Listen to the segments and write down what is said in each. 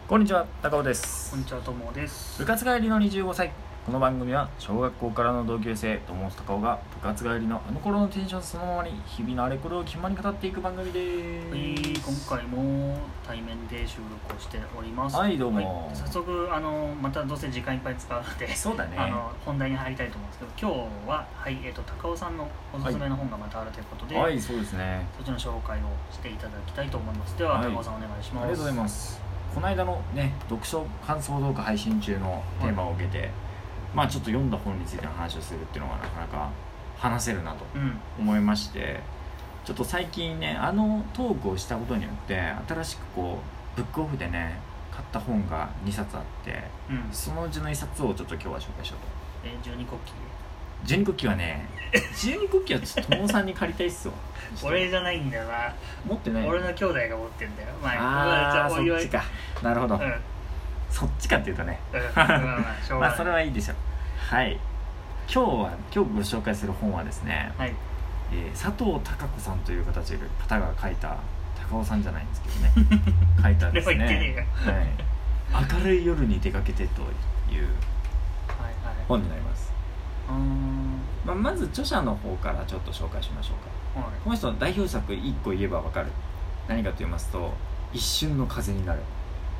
こんにちは、高尾です。 こんにちは、ともです。 部活帰りの25歳。この番組は小学校からの同級生、友と高尾が部活帰りのあの頃のテンションそのままに日々のあれこれを気まに語っていく番組です。 今回も対面で収録をしております。 はい、どうも。 早速またどうせ時間いっぱい使うので、 そうだね。 本題に入りたいと思うんですけど、今日は高尾さんのおすすめの本がまたあるということで、 はい、そうですね。 そっちの紹介をしていただきたいと思います。では、高尾さんお願いします。 ありがとうございます。この間のね、読書感想動画配信中のテーマを受けて、ちょっと読んだ本についての話をするっていうのがなかなか話せるなと思いまして、ちょっと最近ね、トークをしたことによって新しくブックオフでね買った本が2冊あって、そのうちの1冊をちょっと今日は紹介しようと。 12国旗 12国旗はね12国旗はちょっと友さんに借りたいっすわ俺じゃないんだよな。 持ってない。 俺の兄弟が持ってんだよ。 そっちか。なるほど、そっちかっていうとねまあそれはいいでしょう。はい、今日ご紹介する本はですね、佐藤孝子さんという方が書いた、高尾さんじゃないんですけどね書いたですね、明るい夜に出かけてという本になります。まず著者の方からちょっと紹介しましょうか。この人の代表作1個言えば分かる。何かと言いますと、一瞬の風になる。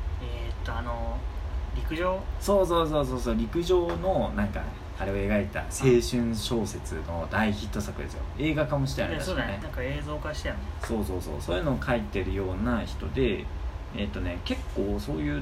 陸上、 そう陸上のあれを描いた青春小説の大ヒット作ですよ。映画化もしてあるらしいね。 そうだね、なんか映像化してあるね。 そういうのを書いてるような人で、結構そういう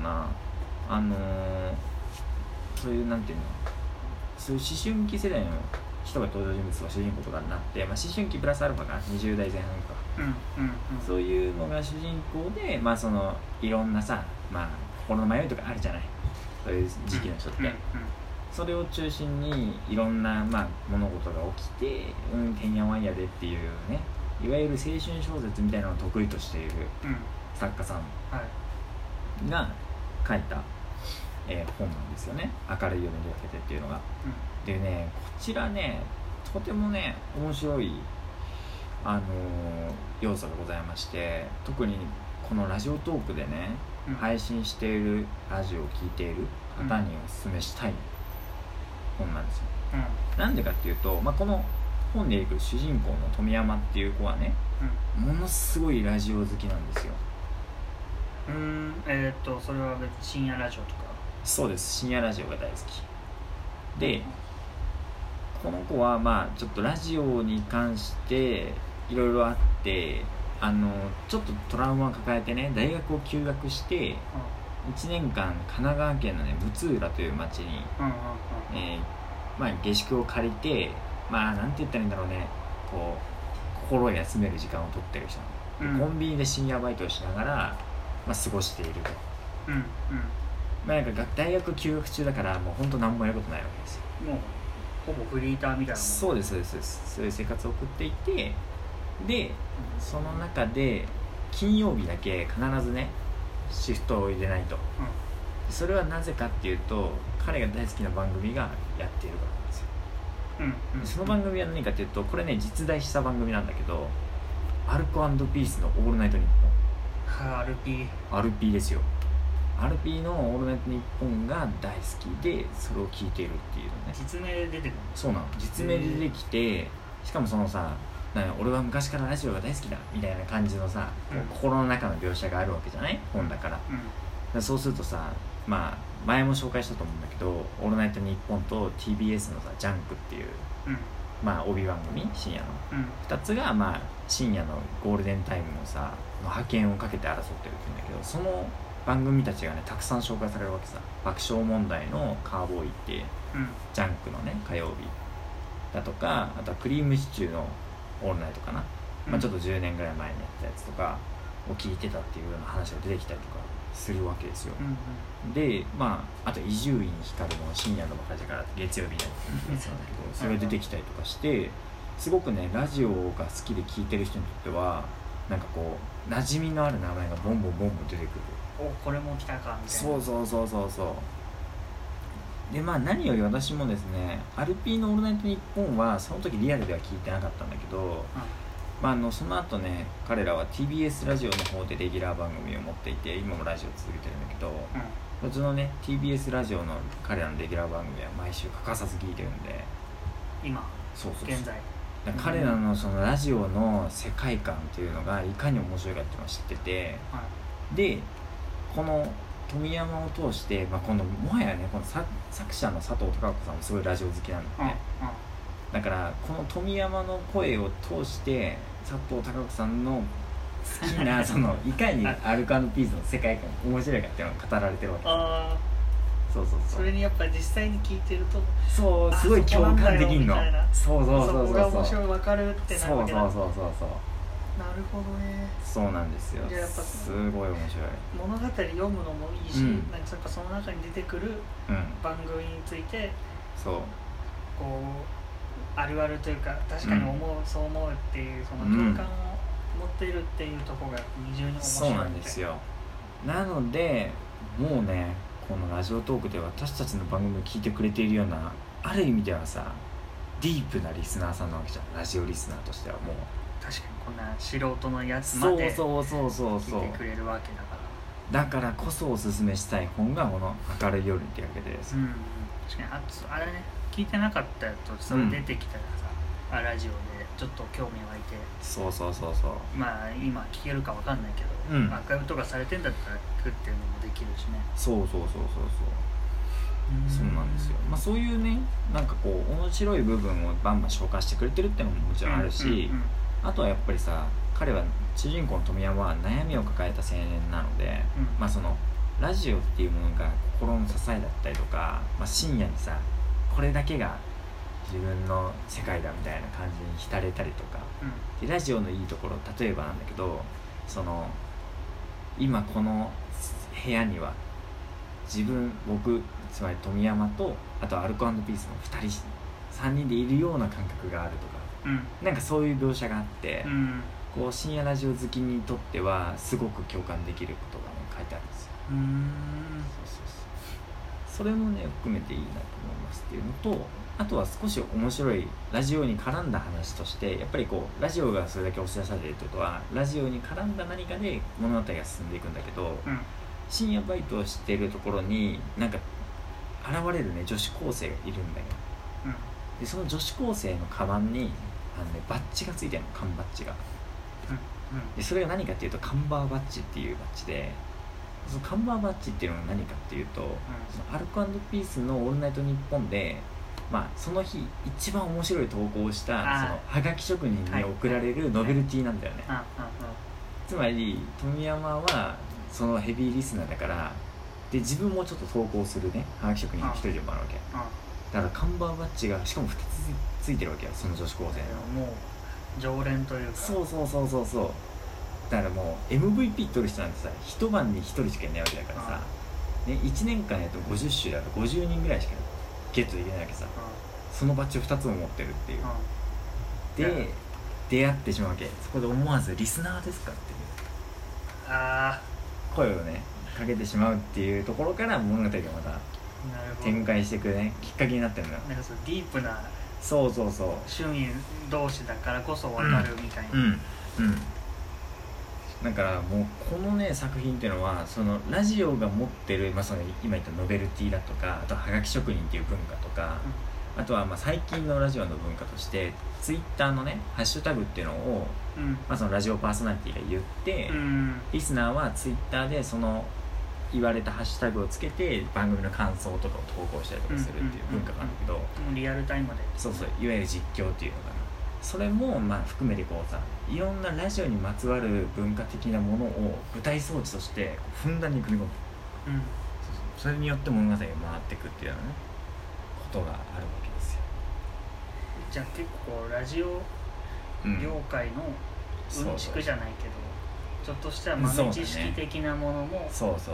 そういうなんていうの、そういう思春期世代の人が登場人物が主人公とかになって、思春期プラスアルファが20代前半か、そういうのが主人公で、そのいろんなさ、心の迷いとかあるじゃない、そういう時期の人って、それを中心にいろんな、物事が起きて、てんやわんやでっていうね、いわゆる青春小説みたいなのを得意としている作家さんが書いた、本なんですよね。明るい夜に出かけてっていうのが、でね、こちらね、とてもね面白い要素がございまして、特にこのラジオトークでね、配信しているラジオを聞いている方におすすめしたい本なんですよ。なんでかっていうと、この本でいる主人公の富山っていう子はね、ものすごいラジオ好きなんですよ。 それは別に深夜ラジオとか。 そうです、深夜ラジオが大好きで、この子はちょっとラジオに関していろいろあって、ちょっとトラウマを抱えてね、大学を休学して1年間神奈川県のね六浦という町に、下宿を借りて、なんて言ったらいいんだろうね、心を休める時間を取ってる人なの、コンビニで深夜バイトをしながら、過ごしていると。大学休学中だからもう本当何もやることないわけですよ。 もうほぼフリーターみたいなもん。 そうです。そういう生活を送っていて、でその中で金曜日だけ必ずねシフトを入れないと、それはなぜかっていうと、彼が大好きな番組がやっているからなんですよ。その番組は何かっていうと、これね実在した番組なんだけど、アルコ&ピースのオールナイトニッポン。アルピーですよ。アルピーのオールナイトニッポンが大好きで、それを聞いているっていうのね。 実名で出てくる。 そうなの、実名で出てきて、しかもそのさ、俺は昔からラジオが大好きだみたいな感じのさ、心の中の描写があるわけじゃない、本だから、そうするとさ、前も紹介したと思うんだけど、オールナイトニッポンと TBS のさジャンクっていう、帯番組、深夜の、2つが深夜のゴールデンタイムのさの覇権をかけて争ってるって言うんだけど、その番組たちがねたくさん紹介されるわけさ。爆笑問題のカーボーイって、ジャンクのね火曜日だとか、あとはクリームシチューのオールナイトかな、ちょっと10年ぐらい前にやったやつとかを聞いてたっていうような話が出てきたりとかするわけですよ。であと伊集院光の深夜のバカ力って月曜日にやってるやつなんだけど、それが出てきたりとかして、すごくねラジオが好きで聞いてる人にとっては馴染みのある名前がボンボン出てくる。 これも来たかみたいな。 そうで、何より私もですね、アルピーのオールナイトニッポンはその時リアルでは聞いてなかったんだけど、 その後ね彼らは TBS ラジオの方でレギュラー番組を持っていて今もラジオを続けてるんだけど、こっちのね TBS ラジオの彼らのレギュラー番組は毎週欠かさず聞いてるんで今そう現在彼らのそのラジオの世界観っていうのがいかに面白いかっていうのを知ってて、でこの富山を通して、このもはやねこの作者の佐藤孝子さんもすごいラジオ好きなんだよね、だからこの富山の声を通して佐藤孝子さんの好きなそのいかにアルコ&ピースの世界観面白いかっていうのが語られてるわけです。そうそれにやっぱり実際に聞いてるとそうすごい共感できんの。そこが面白い分かるってなるわけだ。 そうなるほどね。 そうなんですよ。 やっぱすごい面白い物語読むのもいいし、なんかその中に出てくる番組について、こうあるあるというか確かにそう思うっていうその共感を持っているっていうところが二重に面白い。 そうなんですよ。なのでもうねこのラジオトークで私たちの番組を聞いてくれているようなある意味ではさディープなリスナーさんなわけじゃん。ラジオリスナーとしてはもう確かにこんな素人のやつまで聞いてくれるわけだから、 だからこそおすすめしたい本がこの明るい夜っていうわけです。 確かにあれね聞いてなかったとそれ出てきたらさ、ラジオでちょっと興味湧いてそう今聞けるかわかんないけど、アーカイブとかされてんだったら聞くっていうのもできるしね。そうなんですよ。そういうねなんかこう面白い部分をバンバン消化してくれてるっていうのももちろんあるし、あとはやっぱりさ彼は主人公の富山は悩みを抱えた青年なので、そのラジオっていうものが心の支えだったりとか、深夜にさこれだけが自分の世界だみたいな感じに浸れたりとか、でラジオのいいところ例えばなんだけどその今この部屋には僕つまり富山とあとアルコ&ピースの3人でいるような感覚があるとか、なんかそういう描写があって、こう深夜ラジオ好きにとってはすごく共感できることが、ね、書いてあるんですよ。それもね含めていいなと思いますっていうのと、あとは少し面白いラジオに絡んだ話としてやっぱりこうラジオがそれだけ押し出されているってことはラジオに絡んだ何かで物語が進んでいくんだけど、深夜バイトをしているところになんか現れるね女子高生がいるんだよ、でその女子高生のカバンにバッジがついてるの、缶バッジが、でそれが何かっていうとカンバーバッジっていうバッジで、そのカンバーバッジっていうのは何かっていうと、そのアルコ&ピースのオールナイトニッポンでその日一番面白い投稿をしたそのハガキ職人に贈られるノベルティなんだよね。つまり富山はそのヘビーリスナーだからで自分もちょっと投稿するねハガキ職人の一人でもあるわけ、だからカンバーバッジがしかも2つついてるわけよ、その女子高生の。 もう常連というかそうだからもう MVP 取る人なんてさ一晩に1人しかいないわけだからさ、1年間やと50種だから50人ぐらいしかゲットできないわけさ、そのバッジを2つも持ってるっていう、で出会ってしまうわけ。そこで思わずリスナーですかっていう声をねかけてしまうっていうところから物語がまた展開していくねきっかけになってるのよ。 なんかそうディープな趣味同士だからこそ分かるみたいな、 だからもうこのね作品っていうのはそのラジオが持ってる、その今言ったノベルティだとかあとはがき職人っていう文化とか、あとは最近のラジオの文化としてツイッターのねハッシュタグっていうのを、そのラジオパーソナリティが言って、リスナーはツイッターでその言われたハッシュタグをつけて番組の感想とかを投稿したりとかするっていう文化があるんだけど、 リアルタイムでいわゆる実況っていうのかな、それも含めてこうさいろんなラジオにまつわる文化的なものを舞台装置としてふんだんに組み込む、それによって物語が回っていくっていうようなねことがあるわけですよ。 じゃあ結構ラジオ業界のうんちくじゃないけど、ちょっとした豆知識的なものも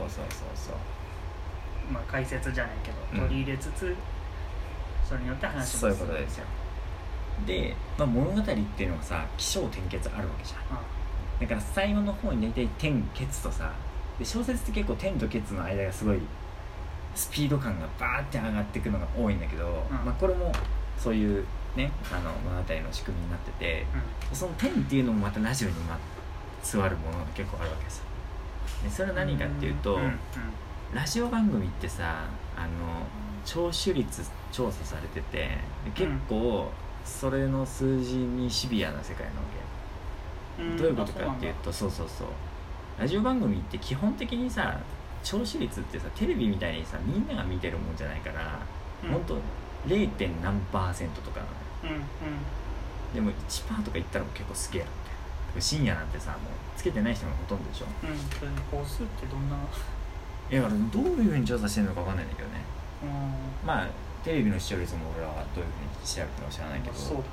解説じゃないけど取り入れつつ、それによって話もそういうことですよ。で、物語っていうのはさ起承転結あるわけじゃん、だから最後の方に大体転結とさで小説って結構転と結の間がすごいスピード感がバーって上がっていくのが多いんだけど、これもそういうね物語の仕組みになってて、その点っていうのもまたラジオにまつわるものが結構あるわけですよ。でそれは何かっていうと、ラジオ番組ってさ聴取率調査されてて、結構それの数字にシビアな世界なわけ。どういうことかっていうと、そうラジオ番組って基本的にさ聴取率ってさテレビみたいにさみんなが見てるもんじゃないから、ほんと 0. 何%とかなのよ、でも 1% とか言ったら結構すげえなみたいな。深夜なんてさもうつけてない人がほとんどでしょ。 それ個数ってどんな、 いやどういうふうに調査してるのか分かんないんだけどね。まあテレビの視聴率も俺はどういうふうに調べてるのか知らないけど、そう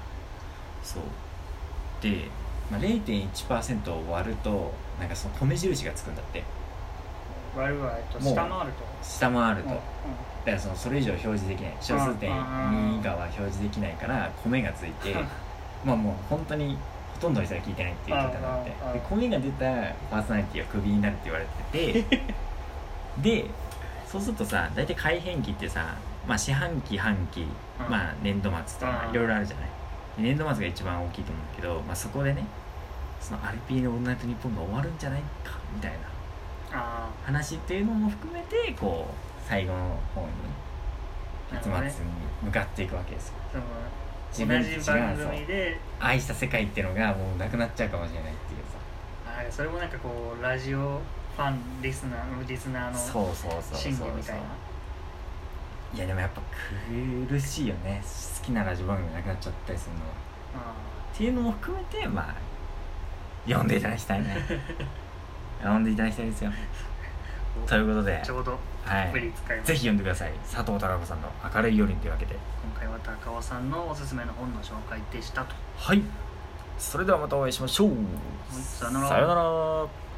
で、0.1% を割るとなんかその米印がつくんだって。 割るは下回ると、だからそれ以上表示できない、小数点2以下は表示できないから米がついてまあもう本当にほとんどの人が聞いてないっていう結果になって、で米が出たパーソナリティはクビになるって言われててでそうするとさ大体改変期ってさ、四半期半期、年度末とかいろいろあるじゃない。年度末が一番大きいと思うんだけど、そこでねそのアルピーのオールナイトニッポンが終わるんじゃないかみたいな話っていうのも含めてこう最後の方に結末に向かっていくわけですよ。 自分たちが愛した世界っていうのがもうなくなっちゃうかもしれないっていうさ。それもなんかこうラジオファンリスナーの心理みたいな。 いやでもやっぱ苦しいよね、好きなラジオ番組なくなっちゃったりするのは。っていうのも含めて読んでいただきたいね読んでいただきたいですよということでちょうどぜひ読んでください。佐藤孝子さんの明るい夜にというわけで、 今回は高尾さんのおすすめの本の紹介でしたと。 はい、それではまたお会いしましょう。 さよなら。 さよなら。